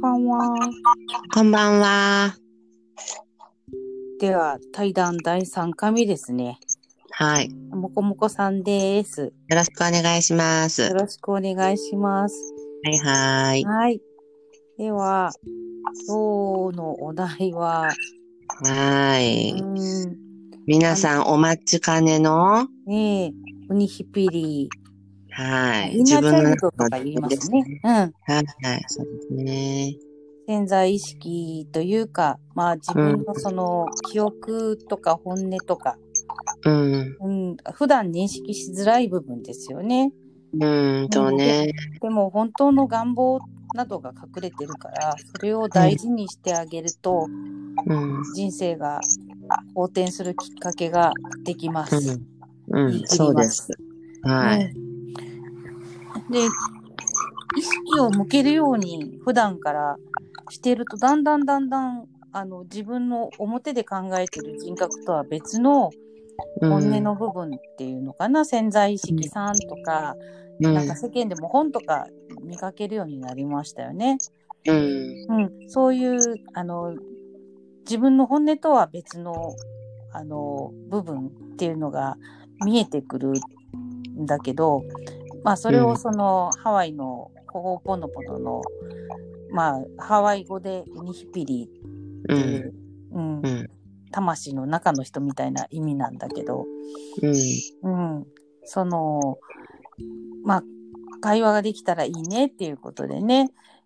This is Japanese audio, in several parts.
ばんは。 こんばんは。 では、対談第3回目ですね。 はい。 もこもこさんです。 よろしくお願いします。 よろしくお願いします。 はいはい。 はい。では、今日のお題は、 はうい。 ーん、 皆さんお待ちかねの、 ウニヒピリ、 はい。 インナーチャイ自分の中ルドとかの自分言いますね。 ですね。 うん。 はいはい。そうですね。 潜在意識というか、自うん。 分のその記憶とか本音とか、 うん。 普段認識しづらい部分ですよね。で、 ね。 でも本当の願望などが隠れてるから、それをうん。 大事にしてあげると、 うん。 人生が好転するきっかけができます。 うん。 言いうん。 切ります。 そうです。はい。 うん。で、意識を向けるように普段からしてると、だんだん、自分の表で考えてる人格とは別のうん。 本音の部分っていうのかな、潜在意識さんとか、なんかうん。 世間でも本とか見かけるようになりましたよね。 うん。 そういう、自分の本音とは別の、部分っていうのが見えてくるんだけど、それをそのハワイのホホポノポノの、ハワイ語でウニヒピリっていう、 うん。 魂の中の人みたいな意味なんだけど、 うん。 その、会話ができたらいいねっていうことでね、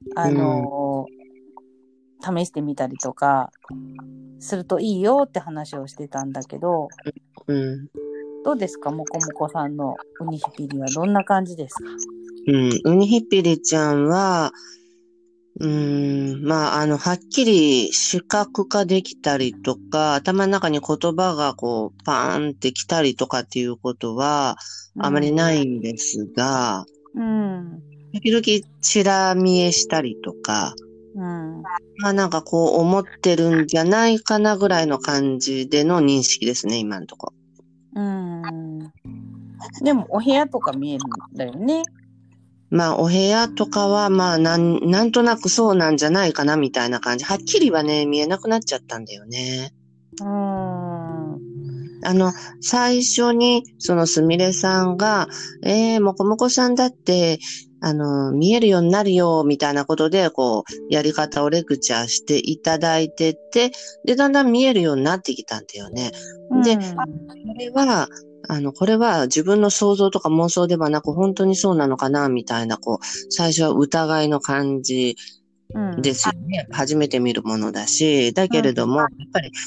試してみたりとかするといいよって話をしてたんだけど、 うん。 どうですか、もこもこさんのウニヒピリはどんな感じですか？ ウニヒピリちゃんは、はっきり視覚化できたりとか、頭の中に言葉がこう、パーンってきたりとかっていうことは、あまりないんですが、 うん。 時々チラ見えしたりとか、 うん。 なんかこう思ってるんじゃないかなぐらいの感じでの認識ですね、今のとこうん。でもお部屋とか見えるんだよね。 ろ。お部屋とかは、なんとなくそうなんじゃないかなみたいな感じ。はっきりはね、見えなくなっちゃったんだよね。 うん。 最初に、そのすみれさんが、もこもこさんだって、見えるようになるよ、みたいなことで、こう、やり方をレクチャーしていただいてて、で、だんだん見えるようになってきたんだよね。で、これは自分の想像とか妄想ではなく、本当にそうなのかな、みたいな、こう、最初は疑いの感じですよね。初めて見るものだし、だけれども、やっぱり、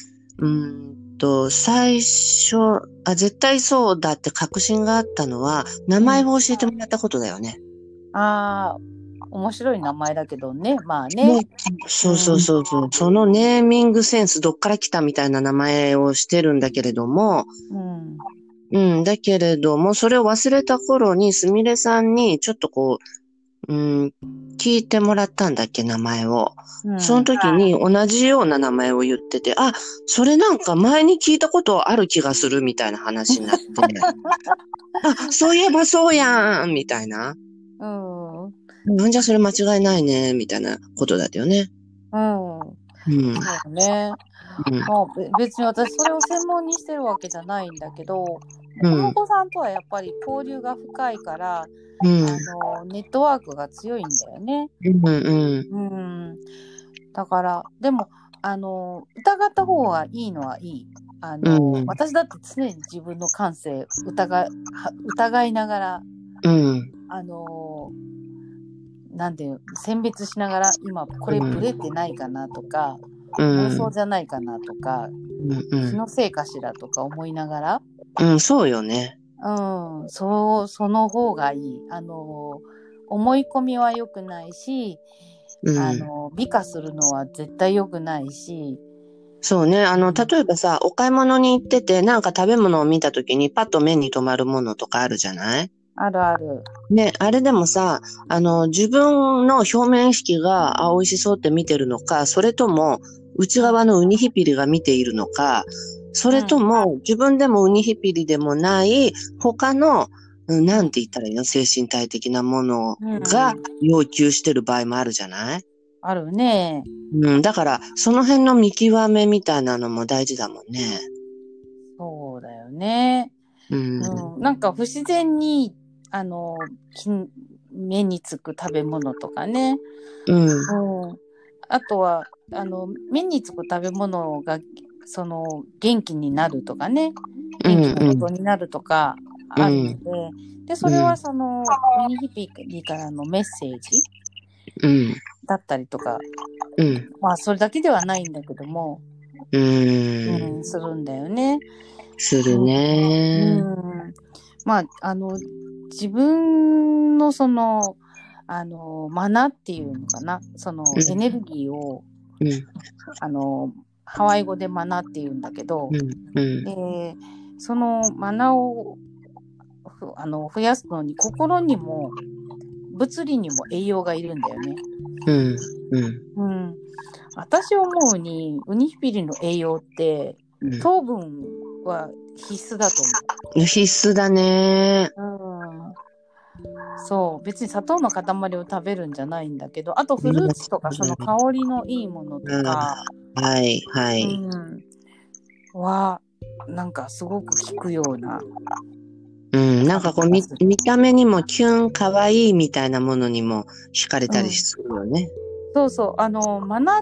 最初、絶対そうだって確信があったのは、名前を教えてもらったことだよね。 面白い名前だけどね。 もう、そうそうそうそう。そのネーミングセンス、どっから来たみたいな名前をしてるんだけれども、だけれども、それを忘れた頃に、すみれさんに、ちょっとこう、聞いてもらったんだっけ、名前を。その時に同じような名前を言ってて、それなんか前に聞いたことある気がするみたいな話になって、そういえばそうやんみたいな。じゃあそれ間違いないね、みたいなことだったよね。 そうね。別に私それを専門にしてるわけじゃないんだけど、もこもこさんとはやっぱり交流が深いから、ネットワークが強いんだよね。だからでも疑った方がいいのはいい。私だって常に自分の感性疑いながら、なんていう選別しながら、今これブレてないかなとか、妄想じゃないかなとか、気のせいかしらとか思いながら、 そうよね。 その方がいい。思い込みは良くないし、美化するのは絶対良くないし。 そうね。例えばさ、お買い物に行ってて、なんか食べ物を見たときにパッと目に留まるものとかあるじゃない？ あるある。 ね、あれでもさ、自分の表面意識が、美味しそうって見てるのか、それとも、内側のウニヒピリが見ているのか、それとも、自分でもウニヒピリでもない、他の、なんて言ったらいいの？精神体的なものが要求してる場合もあるじゃない？ あるね。 うん、だから、その辺の見極めみたいなのも大事だもんね。 そうだよね。 うん。 なんか不自然に、あの、目につく食べ物とかね。 うん。 あとは、目につく食べ物が、元気になるとかね。 うん。 元気のうん。 元になるとかうあるのん。 で、で、それはウニヒピリからのメッセージうん。 だったりとか、 うん。 まあ、それだけではないんだけども、 うん。 するんだよね。 するうね。 ん。まあ、自分のマナっていうのかな、エネルギーを、 うん。 あの、ハワイ語でマナって言うんだけど、 うん。うん。 そのマナを増やすのに、心にも物理にも栄養がいるんだよね。 うん。うん。 うん。私思うに、ウニヒピリの栄養って、糖分は必須だと思必須だね。 う。そう。別に砂糖の塊を食べるんじゃないんだけど、あとフルーツとか、その香りのいいものとか、 はい、はうい。 ん、は、なんかすごく効くようなうん、なん感かこうじがする。 見た目にもキュン、かわいいみたいなものにも惹かれたりうん。 するよね。 そうそう。マナって、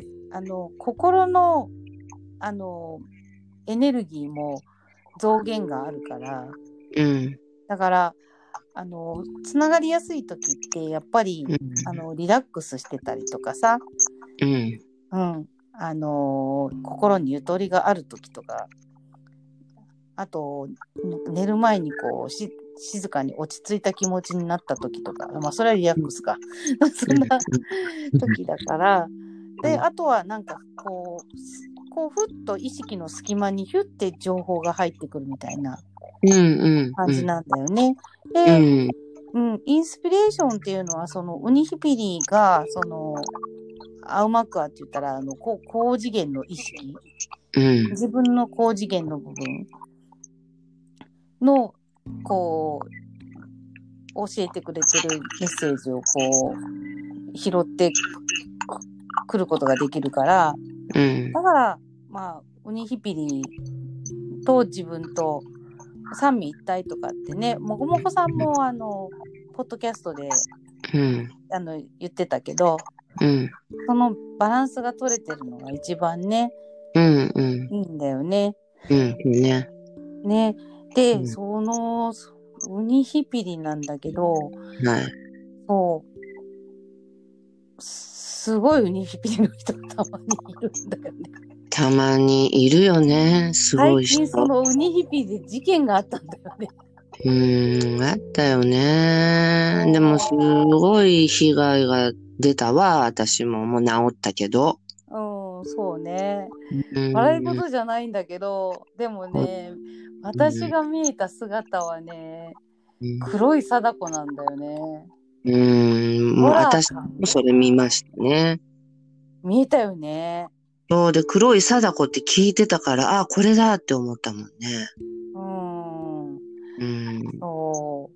心の、あの、エネルギーも増減があるから、 うん。 だから、つながりやすい時って、やっぱり、 うん。 リラックスしてたりとかさ、 うん。 うん。心にゆとりがある時とか、あと、寝る前に静かに落ち着いた気持ちになった時とか、まあ、それはリラックスか。そんな時だから、で、あとはなんか、ふっと意識の隙間にヒュッて情報が入ってくるみたいなうん。うん。 感じなんだよね。 うで、 ん。 インスピレーションっていうのは、ウニヒピリが、アウマクアって言ったら、高次元の意識、 うん。 自分の高次元の部分の、こう、教えてくれてるメッセージを拾ってくることができるから、 うん。 だから、まあ、ウニヒピリと自分と三位一体とかってね、もこもこさんもポッドキャストでうん。 言ってたけど、 うん。 そのバランスが取れてるのが一番ね、 うん。うん。 いいんだよね。 うん。ね。 ね。で、 うん。 ウニヒピリなんだけど、 はい。 そう、すごいウニヒピリの人がたまにいるんだよね。 たまにいるよね。すごい人。 最近そのウニヒピリで事件があったんだよね。 あったよね。でもすごい被害が出たわ。私ももう治ったけど。 そうね。 う笑いん。 事じゃないんだけど、でもね、私が見えた姿はね、黒い貞子なんだよね。 もうホラー私感もそれ見ましたね。 見えたよね。 そうで、黒い貞子って聞いてたから、あ、これだって思ったもんね。 うん。 うん。 そう。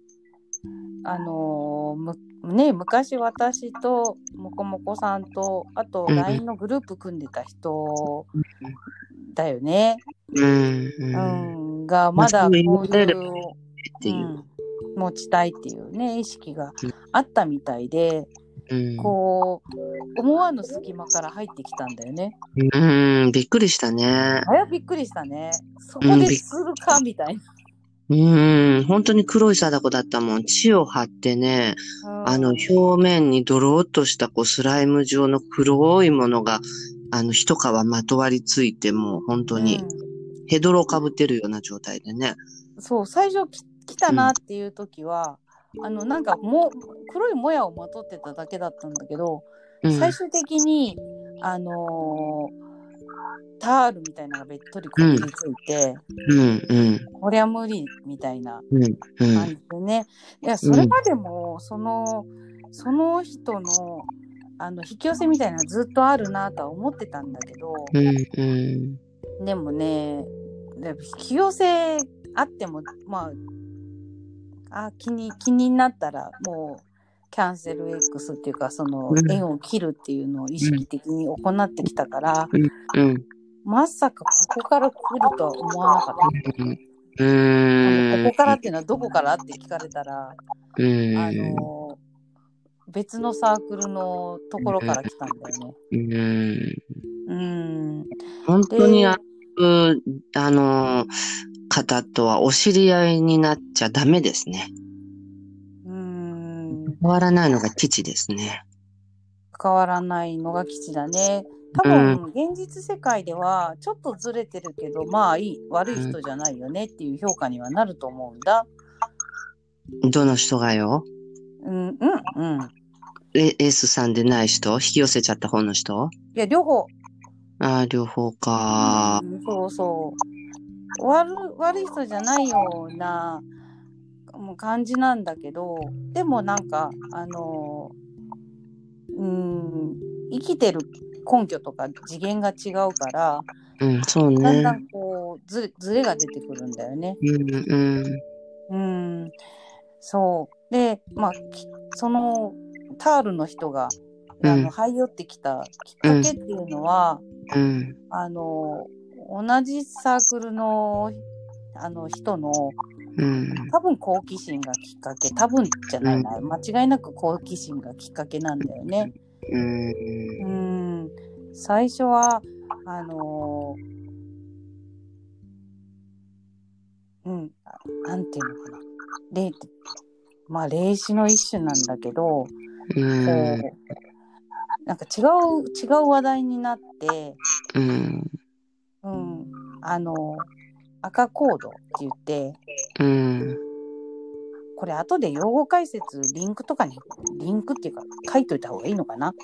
昔私ともこもこさんと、あとうん。 LINE のグループ組んでた人だよね。 うん。 が、 まあ、 まそう言だこういわれればっう、 ていう。 持ちたいっていうね、意識があったみたいで、 うん。 思わぬ隙間から入ってきたんだよね。 うん。びっくりしたね。 びっくりしたね。そこうん。 でするかみたいな。 本当に黒い貞子だったもん。血を張ってね、表面にドローっとしたスライム状の黒いものが、一皮まとわりついて、もう本当にヘドロをかぶってるような状態でね。 そう、最初来たなっていう時は、なんか黒いもやをまとってただけだったんだけど、最終的に、タールみたいなのがべっとりこびりついて、こりゃ無理みたいな感じでね。いや、それまでも、その人の、引き寄せみたいなのずっとあるなとは思ってたんだけど、でもね、引き寄せあっても、まあ、気になったらもうキャンセル X っていうか、そのうん縁を切るっていうのを意識的に行ってきたから、 うんまさかここから来るとは思わなかった。ここからっていうのはどこからって聞かれたら、別のサークルのところから来たんだよね。 本当に方とはお知り合いになっちゃダメですね。変わらないのが基地ですね。 変わらないのが基地だね。多分、現実世界ではちょっとずれてるけど、まあ悪い人じゃないよねっていう評価にはなると思うんだ。 どの人がよ？S さんでない人？引き寄せちゃった方の人？ いや、両方。 両方か。 そうそう。悪い人じゃないような感じなんだけど、でもなんか、生きてる根拠とか次元が違うから、 そうね。 だんだんこうずれが出てくるんだよね。そうで、まあそのタールの人が這い寄ってきたきっかけっていうのは、同じサークルの人の多分好奇心がきっかけ、多分じゃないな、間違いなく好奇心がきっかけなんだよね。最初はなんていうのかな、霊視の一種なんだけど、こうなんか違う話題になって、赤コードって言って、これ後で用語解説リンクっていうか書いといた方がいいのかな。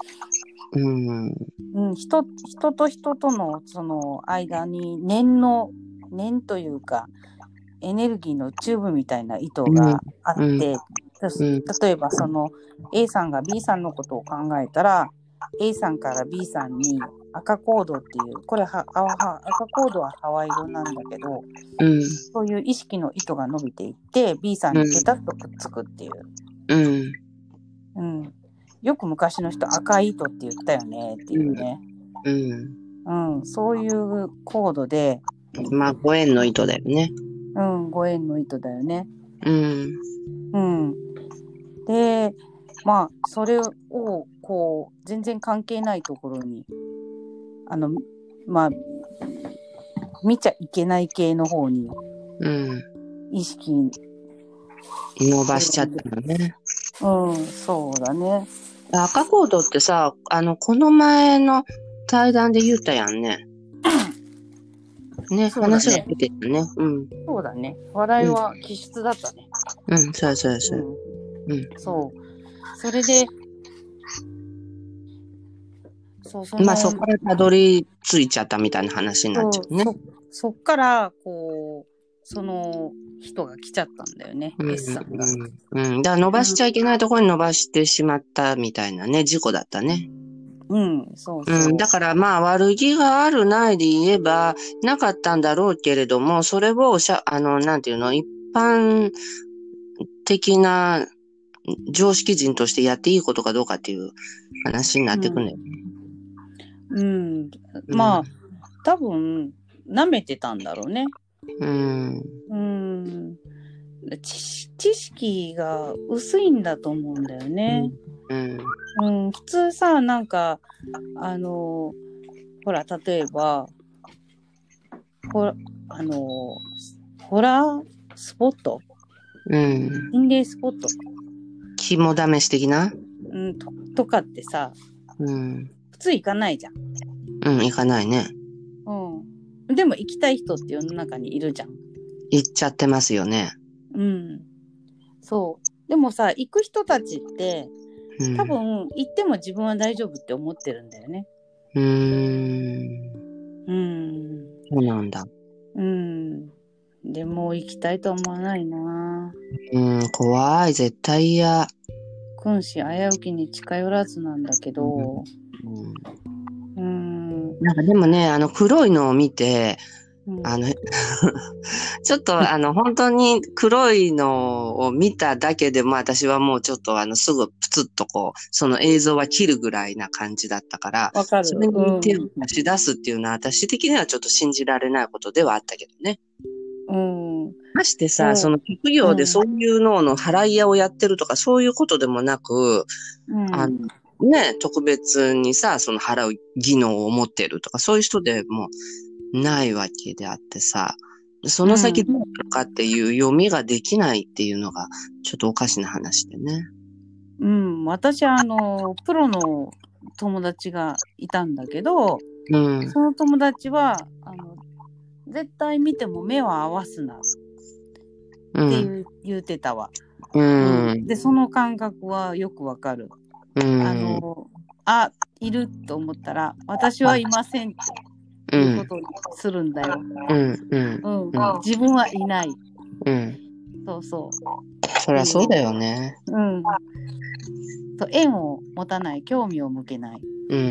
人と人とのその間に念というかエネルギーのチューブみたいな糸があって、例えばその A さんが B さんのことを考えたら A さんから B さんに赤コードっていう、これ赤コードはハワイ語なんだけど、そういう意識の糸が伸びていって B さんにペタッとくっつくっていう、よく昔の人赤い糸って言ったよねっていうね、そういうコードで、 ご縁の糸だよね。 ご縁の糸だよね。で、それをこう全然関係ないところに見ちゃいけない系の方に意識伸ばしちゃったのね。 そうだね。 赤コードってさ、この前の対談で言ったやんね。ね、話が出てるね。 そうだね。話題は気質だったね。 そう。 そう。それで、 そこからたどり着いちゃったみたいな話になっちゃうね。 そっからこうその人が来ちゃったんだよね、S さんが。 だから伸ばしちゃいけないところに伸ばしてしまったみたいなね、事故だったね。 そう。 だから悪気があるないで言えばなかったんだろうけれども、それをなんていうの、一般的な常識人としてやっていいことかどうかっていう話になってくるんだよね。 多分舐めてたんだろうね。知識が薄いんだと思うんだよね。普通さ、なんかほら、例えばホラースポット、心霊スポット、 肝試し的な、 とかってさ、普通行かないじゃん。 行かないね。 でも行きたい人って世の中にいるじゃん。 行っちゃってますよね。 そう。でもさ、行く人たちって、多分行っても自分は大丈夫って思ってるんだよね。 そうなんだ。 でも行きたいとは思わないな。 怖い、絶対嫌。 君子危うきに近寄らずなんだけど。 なんかでもね、黒いのを見て、 ちょっと本当に黒いのを見ただけでも私はもうちょっとすぐプツッとその映像は切るぐらいな感じだったから、 わかる。 それに手を出し出すっていうのは私的にはちょっと信じられないことではあったけどね。ましてさ、その企業でそういうの払い屋をやってるとかそういうことでもなく、ね、特別にさ、その払う技能を持ってるとかそういう人でもないわけであってさ、その先どうなるかっていう読みができないっていうのがちょっとおかしな話でね。 私はプロの友達がいたんだけど、その友達は絶対見ても目は合わすなって言うてたわ。でその感覚はよくわかる。いると思ったら私はいませんっていうことにするんだよ。自分はいない。そうそう。 そりゃそうだよね。 縁を持たない、興味を向けない。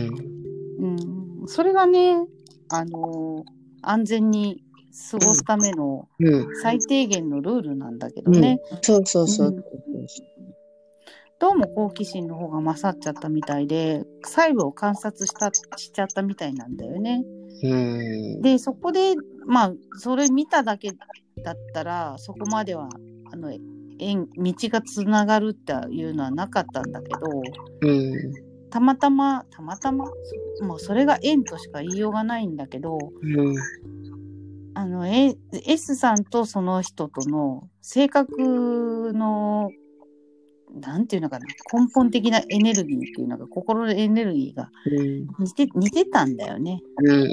それがね、安全に過ごすための最低限のルールなんだけどね。 そうそうそう。 どうも好奇心の方が勝っちゃったみたいで、細部を観察しちゃったみたいなんだよね。で、そこで、それ見ただけだったら、そこまでは、道がつながるっていうのはなかったんだけど、たまたま、もうそれが縁としか言いようがないんだけど、S さんとその人との性格のなんていうのかな、根本的なエネルギーっていうのが、心のエネルギーが似てたんだよね。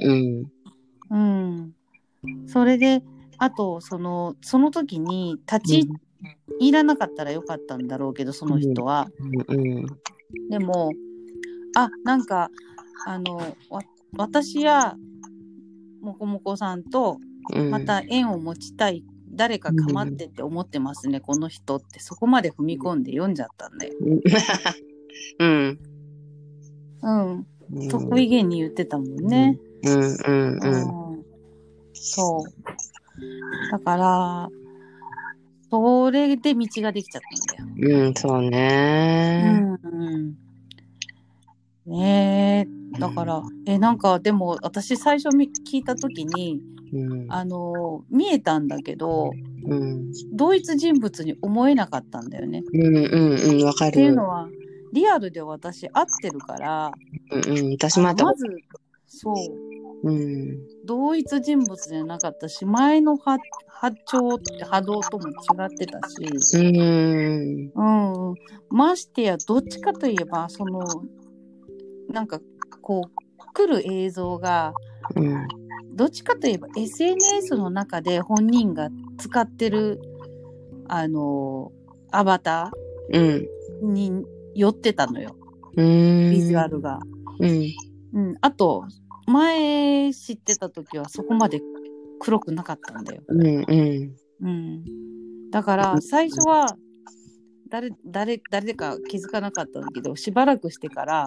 それで、あとその時に立ち入らなかったらよかったんだろうけど、その人は。でも、なんか私やもこもこさんとまた縁を持ちたい。誰か構ってって思ってますね、この人ってそこまで踏み込んで読んじゃったんだよ。得意げに言ってたもんね。そう。だからそれで道ができちゃったんだよ。 そうね。 ねえ、だからなんかでも私最初聞いた時に。見えたんだけど、同一人物に思えなかったんだよね。 わかる。 っていうのはリアルで私会ってるから、 私もまずそう、同一人物じゃなかったし、前の波動とも違ってたし、ましてやどっちかといえばそのなんかこう来る映像が、どっちかといえば SNS の中で本人が使ってるアバターに寄ってたのよ、ビジュアルが。あと前知ってた時はそこまで黒くなかったんだよ。だから最初は誰か気づかなかったんだけど、しばらくしてから、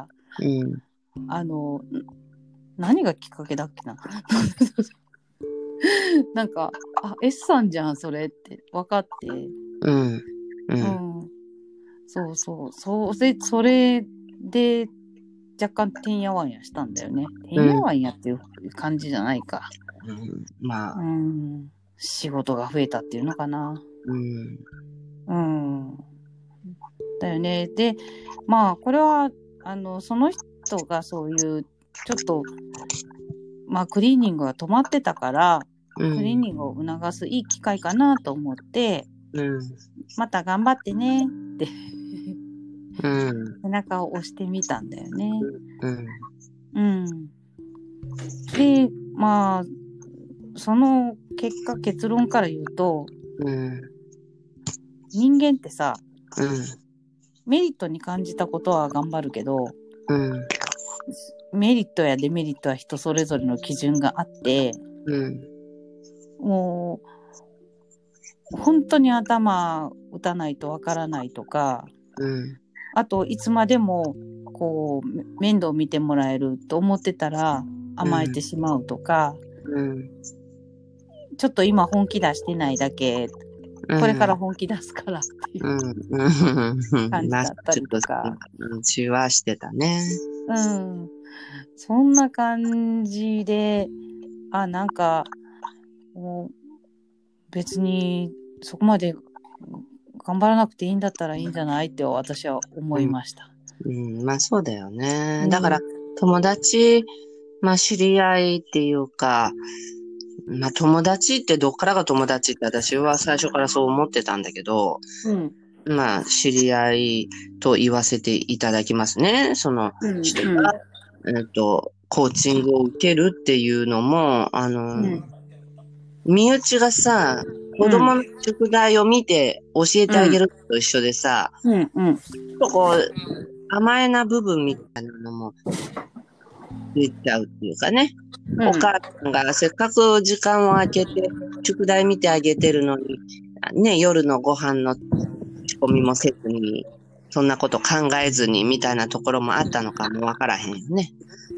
何がきっかけだっけななんかS さんじゃんそれって分かって、それで若干てんやわんやしたんだよね。てんやわんやっていう感じじゃないか。仕事が増えたっていうのかな。だよね。で、これはその人がそういうちょっとクリーニングが止まってたから、クリーニングを促すいい機会かなと思って、また頑張ってねって背中を押してみたんだよね。で、その結論から言うと、人間ってさ、メリットに感じたことは頑張るけど、メリットやデメリットは人それぞれの基準があって、もう本当に頭打たないとわからないとか、あといつまでもこう面倒見てもらえると思ってたら甘えてしまうとか、 ちょっと今本気出してないだけ、これから本気出すからっていう感じだったりとか。 中和してたね。 そんな感じで、なんか、もう別にそこまで頑張らなくていいんだったらいいんじゃないって私は思いました。 まあそうだよね。だから友達、まあ知り合いっていうか、まあ友達ってどっからが友達って私は最初からそう思ってたんだけど、まあ知り合いと言わせていただきますね。その人が、コーチングを受けるっていうのも、身内がさ、子供の宿題を見て教えてあげると一緒でさ、こう、甘えな部分みたいなのも出ちゃうっていうかね。お母さんがせっかく時間を空けて宿題見てあげてるのに、ね、夜のご飯の仕込みもせずに、そんなこと考えずにみたいなところもあったのかもわからへんよね。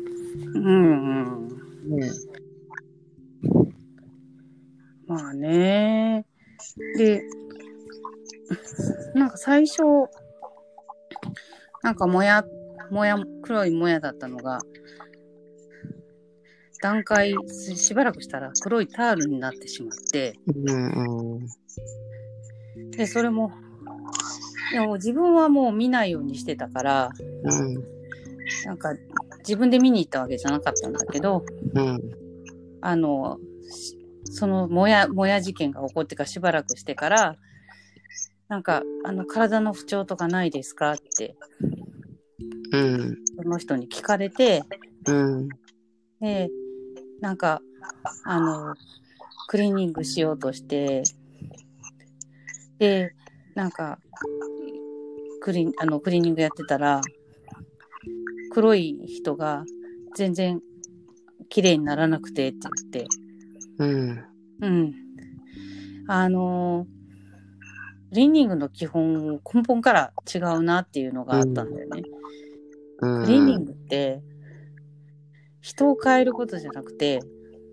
ね。まあね。で、なんか最初、なんか黒いもやだったのが、段階しばらくしたら黒いタールになってしまって、でそれもでも自分はもう見ないようにしてたから、なんか自分で見に行ったわけじゃなかったんだけど、そのもや事件が起こってからしばらくしてから、なんか体の不調とかないですかって、その人に聞かれて、でなんかクリーニングしようとして、でなんかクリーニングやってたら、黒い人が全然綺麗にならなくてって言って、クリーニングの基本根本から違うなっていうのがあったんだよね。クリーニングって人を変えることじゃなくて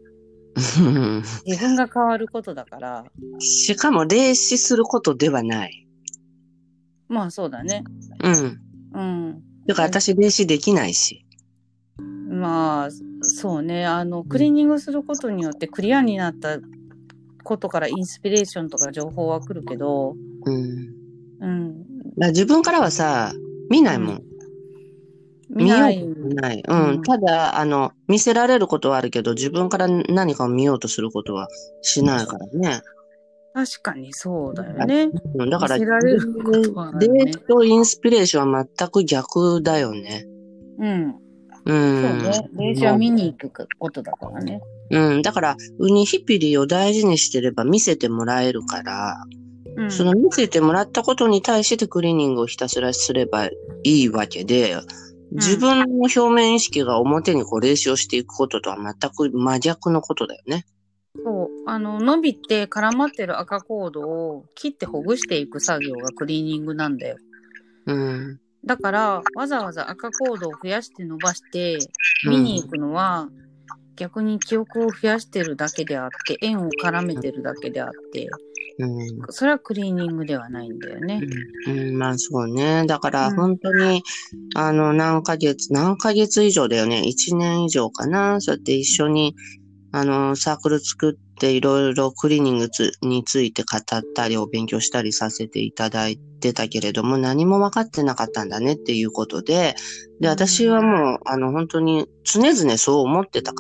自分が変わることだから。 しかも霊視することではない。 まあそうだね。 だから私霊視できないし。 まあそうね。クリーニングすることによってクリアになったことからインスピレーションとか情報は来るけど、 自分からはさ、見ないもん。 見ない。 ただ、見せられることはあるけど、自分から何かを見ようとすることはしないからね。 確かにそうだよね。 だから、 見せられることはあるね。 霊とインスピレーションは全く逆だよね。 そうね。霊視は見に行くことだからね。 だから、ウニヒピリを大事にしてれば見せてもらえるから、その見せてもらったことに対してクリーニングをひたすらすればいいわけで、自分の表面意識が表に霊視をしていくこととは全く真逆のことだよね。 そう。伸びて絡まってる赤コードを切ってほぐしていく作業がクリーニングなんだよ。だから、わざわざ赤コードを増やして伸ばして見に行くのは、逆に記憶を増やしてるだけであって、円を絡めてるだけであって、それはクリーニングではないんだよね。 まあそうね。だから本当に、何ヶ月以上だよね。1年以上かな。そうやって一緒に、サークル作っていろいろクリーニングについて語ったりお勉強したりさせていただいてたけれども、何も分かってなかったんだねっていうことで、私はもう、本当に常々そう思ってたから、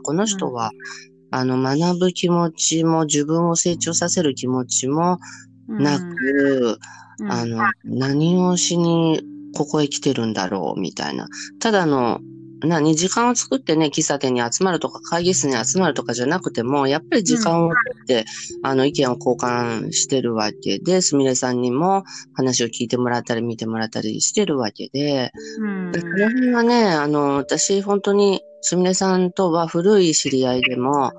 この人は、学ぶ気持ちも自分を成長させる気持ちもなく、何をしにここへ来てるんだろうみたいな。ただ時間を作ってね、喫茶店に集まるとか会議室に集まるとかじゃなくても、やっぱり時間をとって、意見を交換してるわけで、すみれさんにも話を聞いてもらったり見てもらったりしてるわけで、その辺はね、私本当にすみれさんとは古い知り合いでも、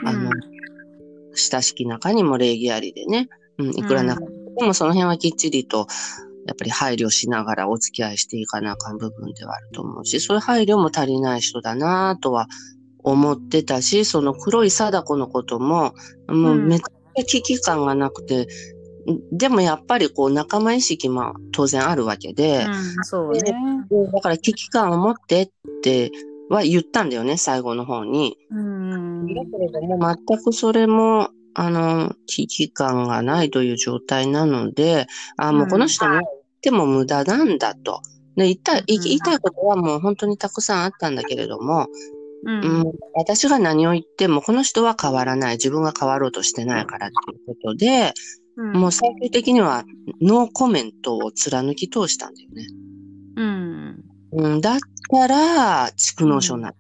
親しき中にも礼儀ありでね、いくらなくてもその辺はきっちりと、やっぱり配慮しながらお付き合いしていかなあかん部分ではあると思うし、そういう配慮も足りない人だなとは思ってたし、その黒い貞子のことも、もうめっちゃ危機感がなくて、でもやっぱりこう仲間意識も当然あるわけで、 そうね。 だから危機感を持ってっては言ったんだよね、最後の方に。だけれども、全くそれも、危機感がないという状態なので、もうこの人に言っても無駄なんだと。で、言いたいことはもう本当にたくさんあったんだけれども、私が何を言ってもこの人は変わらない。自分が変わろうとしてないからっていうことで、もう最終的にはノーコメントを貫き通したんだよね。だったら、蓄膿症になった。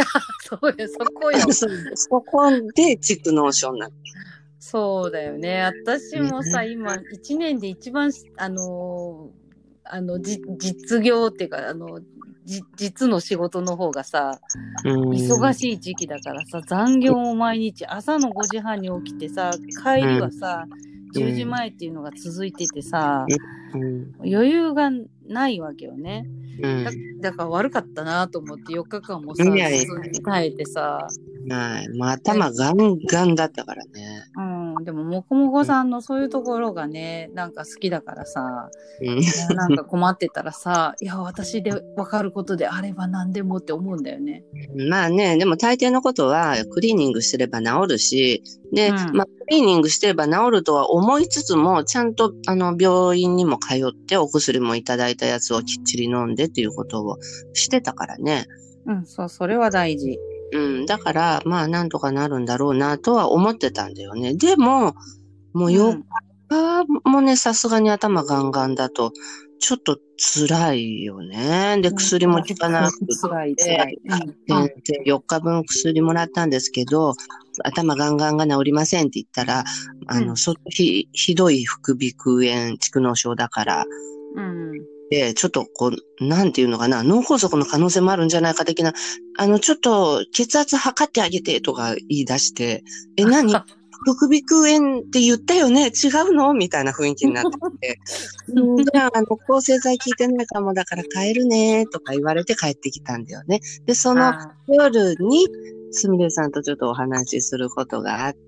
そうよ、そこよ。 そこで蓄膿症になった。 そうだよね。私もさ、今、1年で一番、実業っていうか、実の仕事の方がさ、忙しい時期だからさ、残業も毎日、朝の5時半に起きてさ、帰りはさ、10時前っていうのが続いててさ、余裕がないわけよね。だから悪かったなと思って4日間もさ、普通に耐えてさ。 まあ頭ガンガンだったからね。 でももこもこさんのそういうところがね、なんか好きだからさ、なんか困ってたらさ、いや私で分かることであれば何でもって思うんだよね。 まあね、でも大抵のことはクリーニングしてれば治るし、で、まあクリーニングしてれば治るとは思いつつも、ちゃんと病院にも通ってお薬もいただいたやつをきっちり飲んでっていうことをしてたからね。 そう、それは大事。 だから、まあ、なんとかなるんだろうな、とは思ってたんだよね。でも、もう4日もね、さすがに頭ガンガンだと、ちょっと辛いよね。で、薬も効かなくて、 辛い。 で、4日分薬もらったんですけど、頭ガンガンが治りませんって言ったら、ひどい副鼻腔炎、蓄膿症だから、で、ちょっとこう、なんていうのかな、脳梗塞の可能性もあるんじゃないか的な、ちょっと血圧測ってあげてとか言い出して、何副鼻腔炎って言ったよね違うのみたいな雰囲気になってて、じゃあ、抗生剤効いてないかもだから帰るねとか言われて帰ってきたんだよね。で、その夜に、すみれさんとちょっとお話しすることがあって、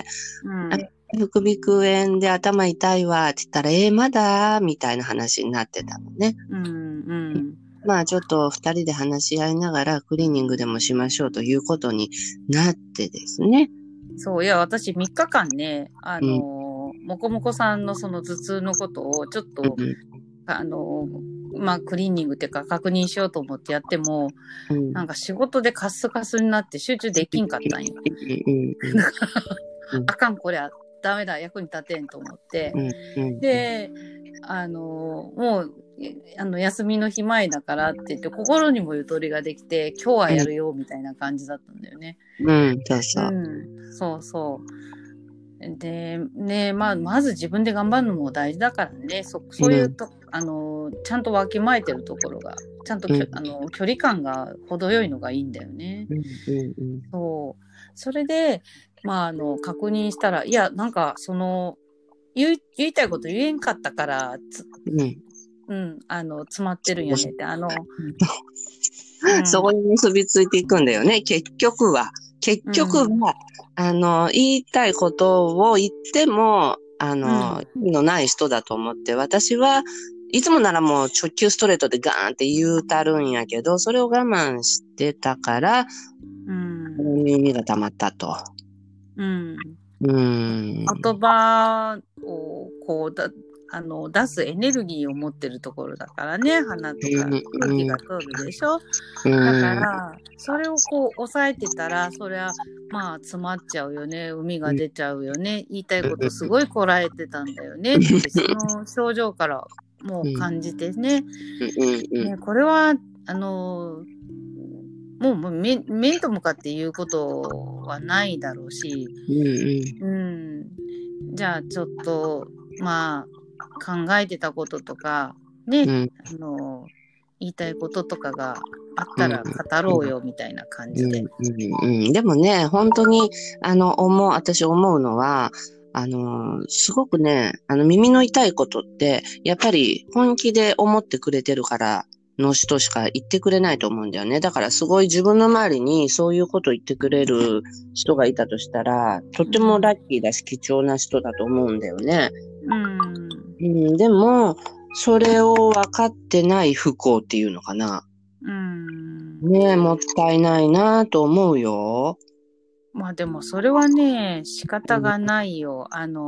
副鼻腔炎で頭痛いわって言ったら、まだみたいな話になってたのね。まあちょっと二人で話し合いながらクリーニングでもしましょうということになってですね。 そう、いや、私3日間ね、もこもこさんのその頭痛のことをちょっと、まあクリーニングっていうか確認しようと思ってやっても、なんか仕事でカスカスになって集中できんかったんよ。あかん、これはダメだ、役に立てんと思って。で、もう、休みの日前だからって言って、心にもゆとりができて、今日はやるよ、みたいな感じだったんだよね。そうそう。で、ね、まず自分で頑張るのも大事だからね、そういうと、ちゃんとわきまえてるところが、ちゃんと距離感が程よいのがいいんだよね。そう。それで、確認したら、いや、なんか、言いたいこと言えんかったから、詰まってるんよねって、 そこに結びついていくんだよね、結局は。言いたいことを言っても、意味のない人だと思って、私はいつもならもう直球ストレートでガーンって言うたるんやけど、それを我慢してたから、耳が溜まったと。 言葉をこう出すエネルギーを持ってるところだからね、鼻とか空気が通るでしょ。だからそれをこう抑えてたら、そりゃ詰まっちゃうよね、海が出ちゃうよね、言いたいことすごいこらえてたんだよねってその表情からもう感じてね、これはもう面と向かって言うことはないだろうし、じゃあちょっと考えてたこととかね、言いたいこととかがあったら語ろうよみたいな感じで。 でもね、本当に私思うのは、すごくね、耳の痛いことって、やっぱり本気で思ってくれてるからの人しか言ってくれないと思うんだよね。だからすごい自分の周りにそういうことを言ってくれる人がいたとしたら、とてもラッキーだし貴重な人だと思うんだよね。でも、それを分かってない不幸っていうのかな。ねえ、もったいないなと思うよ。 まあでもそれはね、仕方がないよ。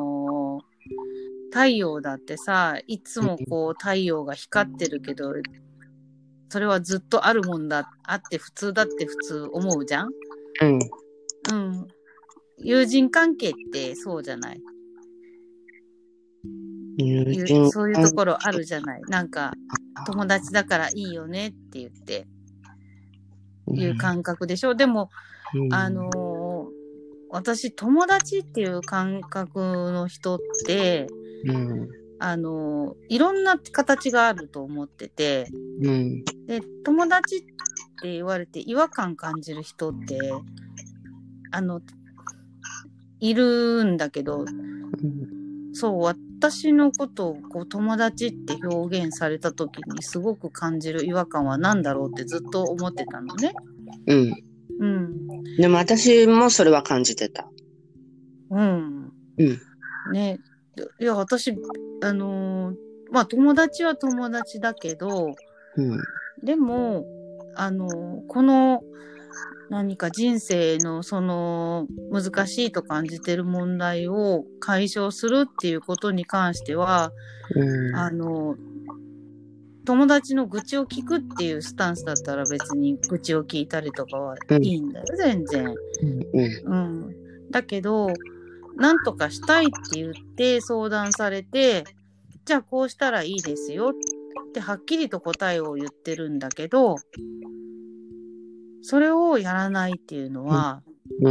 太陽だってさ、いつもこう太陽が光ってるけど、それはずっとあるもんだ、あって普通だって普通思うじゃん？うん。友人関係ってそうじゃない？そういうところあるじゃない。なんか、友達だからいいよねって言って、いう感覚でしょ。でも、私、友達っていう感覚の人って、いろんな形があると思ってて、で、友達って言われて違和感感じる人って、いるんだけど、そう、私のことをこう友達って表現された時にすごく感じる違和感は何だろうってずっと思ってたのね。 でも私もそれは感じてた。 ね。いや、私、まあ友達は友達だけど、でも、この何か人生のその難しいと感じてる問題を解消するっていうことに関しては、友達の愚痴を聞くっていうスタンスだったら別に愚痴を聞いたりとかはいいんだよ、全然。だけど、なんとかしたいって言って相談されて、じゃあこうしたらいいですよってはっきりと答えを言ってるんだけど、それをやらないっていうのは、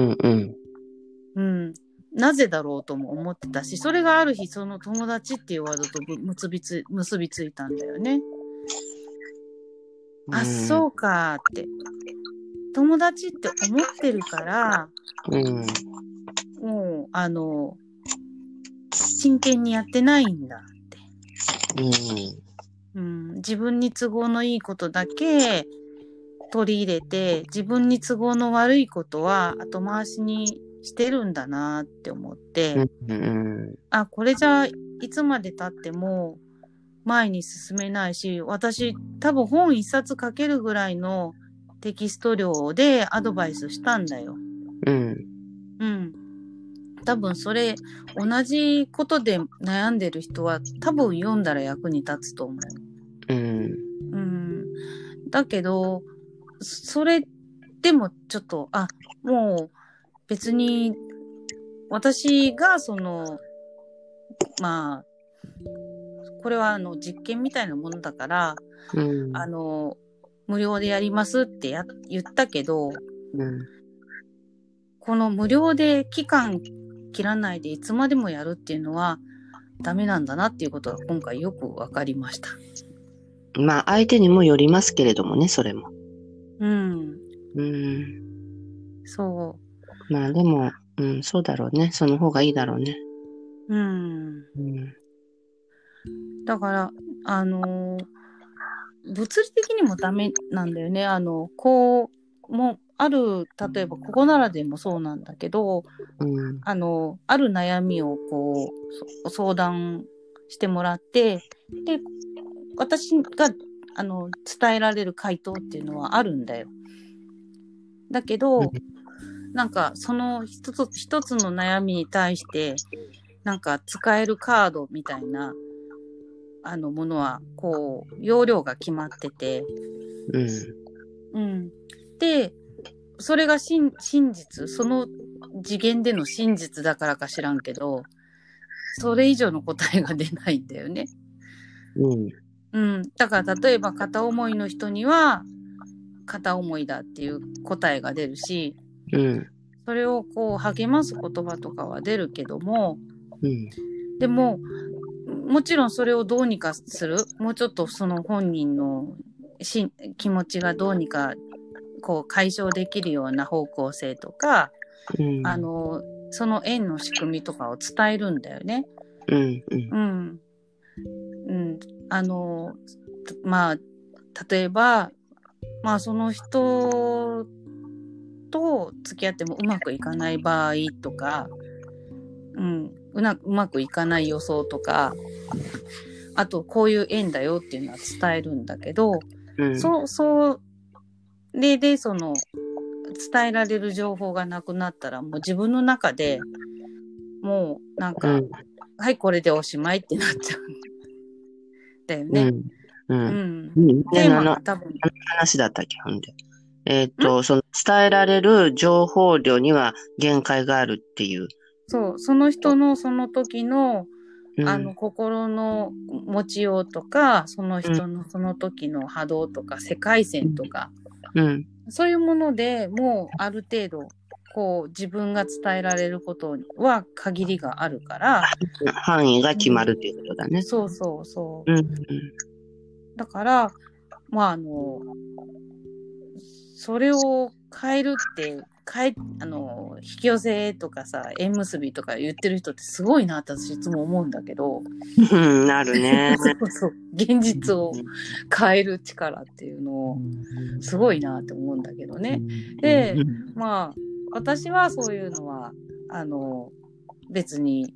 なぜだろうとも思ってたし、それがある日その友達っていうワードと結びついたんだよね。あ、そうかって。友達って思ってるから、もう、真剣にやってないんだって。自分に都合のいいことだけ取り入れて、自分に都合の悪いことは後回しにしてるんだなって思って、あ、これじゃいつまで経っても前に進めないし、私多分本一冊書けるぐらいのテキスト量でアドバイスしたんだよ。多分それ同じことで悩んでる人は多分読んだら役に立つと思う。だけどそれでもちょっともう別に私がまあこれは実験みたいなものだから、無料でやりますって言ったけど、この無料で期間切らないでいつまでもやるっていうのはダメなんだなっていうことが今回よく分かりました。 まあ相手にもよりますけれどもね、それも。 そう。 まあでも、そうだろうね。その方がいいだろうね。 だから物理的にもダメなんだよね。こうもある、例えばここならでもそうなんだけど、ある悩みをこう相談してもらって、で私が伝えられる回答っていうのはあるんだよ。だけど、なんかその一つの悩みに対してなんか使えるカードみたいなものはこう容量が決まってて、でそれが真実、その次元での真実だからか知らんけど、それ以上の答えが出ないんだよね。だから例えば片思いの人には片思いだっていう答えが出るし、それをこう励ます言葉とかは出るけども、でももちろんそれをどうにかする、もうちょっとその本人の気持ちがどうにかこう解消できるような方向性とか、その縁の仕組みとかを伝えるんだよね。まあ例えば、まあその人と付き合ってもうまくいかない場合とか、うまくいかない予想とか、あとこういう縁だよっていうのは伝えるんだけど、それでその伝えられる情報がなくなったらもう自分の中でもうなんか、はいこれでおしまいってなっちゃうんだよね。 テーマが多分話だったっけほんで。その伝えられる情報量には限界があるっていう。 そう、その人のその時の心の持ちようとか、その人のその時の波動とか世界線とか、そういうものでもうある程度こう自分が伝えられることは限りがあるから範囲が決まるっていうことだね。 そうそうそう。だからまあそれを変えるって引き寄せとかさ縁結びとか言ってる人ってすごいなって私いつも思うんだけどなるねそう現実を変える力っていうのをすごいなって思うんだけどね。でまあ私はそういうのは別に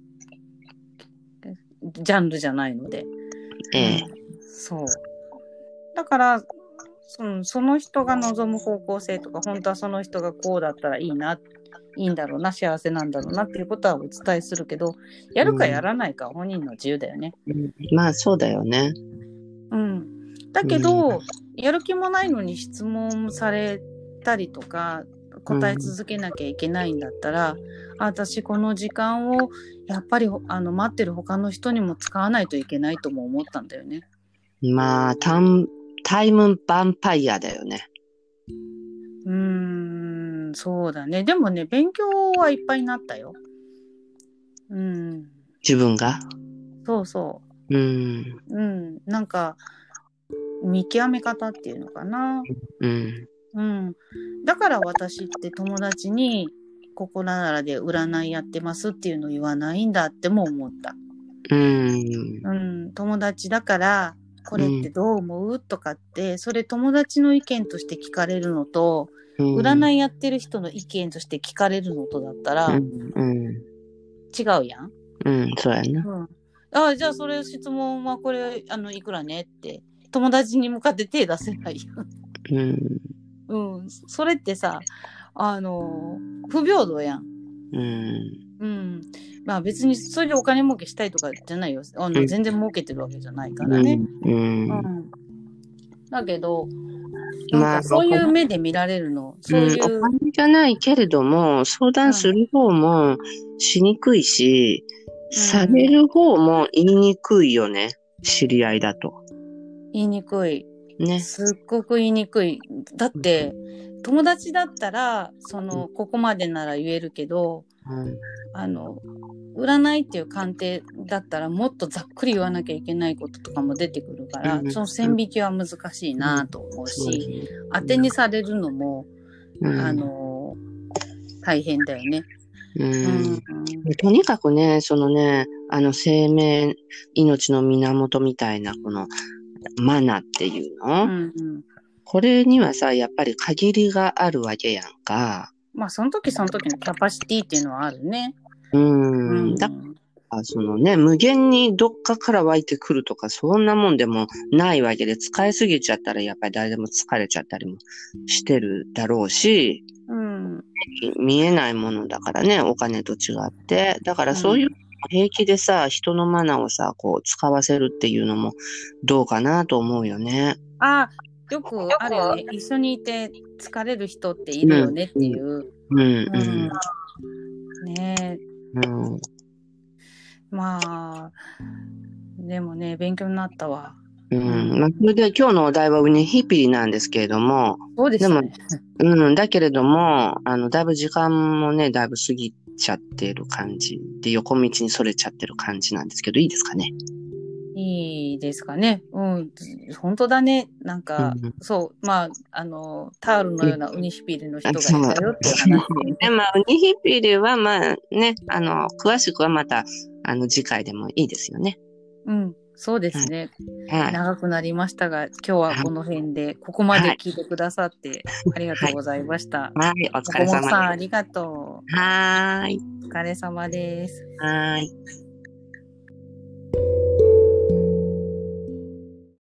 ジャンルじゃないので、そうだからその人が望む方向性とか本当はその人がこうだったらいいんだろうな幸せなんだろうなっていうことはお伝えするけどやるかやらないかは本人の自由だよね。 まあそうだよね。 だけど、やる気もないのに質問されたりとか答え続けなきゃいけないんだったら、私この時間をやっぱり待ってる他の人にも使わないといけないとも思ったんだよね。 まあタイムヴァンパイアだよね。 そうだね。でもね勉強はいっぱいになったよ。 自分がそうそう。なんか見極め方っていうのかな。だから私って友達にここならで占いやってますっていうの言わないんだっても思った。友達だからこれってどう思うとかってそれ友達の意見として聞かれるのと、占いやってる人の意見として聞かれるのとだったら、違うやん。 そうやな。 じゃあそれ質問はこれいくらねって友達に向かって手出せないやん。それってさ不平等やん。まあ別にそれでお金儲けしたいとかじゃないよ。全然儲けてるわけじゃないからね。だけどなんかそういう目で見られるの、そういう、 お金じゃないけれども相談する方もしにくいし、される方も言いにくいよね。知り合いだと。 言いにくい。 ね。 すっごく言いにくい。だって友達だったらここまでなら言えるけど、占いっていう鑑定だったらもっとざっくり言わなきゃいけないこととかも出てくるから、その線引きは難しいなと思うし、当てにされるのも、大変だよね。 とにかくね、生命、命の源みたいなこのマナっていうの、これにはさ、やっぱり限りがあるわけやんか。 まあその時その時のキャパシティっていうのはあるね。 だから無限にどっかから湧いてくるとかそんなもんでもないわけで、使いすぎちゃったらやっぱり誰でも疲れちゃったりもしてるだろうし、見えないものだからね、お金と違って。だからそういう平気でさ、人のマナーをさ、こう使わせるっていうのもどうかなと思うよね。 よくあるよね。一緒にいて疲れる人っているよねっていう。ねえ。まあでもね勉強になったわ。 それで今日のお題はウニヒピリなんですけれども、 そうですね。 でも、だけれどもだいぶ時間もねだいぶ過ぎちゃってる感じで横道にそれちゃってる感じなんですけど、いいですかね。 いいですかね。本当だね。なんか、そうまあタールのようなウニヒピリの人がいたよっていう話で。まあウニヒピリはまあね詳しくはまた次回でもいいですよね。 そうですね。 はい。 長くなりましたが、今日はこの辺で、ここまで聞いてくださってありがとうございました。 はい、お疲もこもこれ様です。 さんありがとはーい。 う。お疲れ様です。 はーい。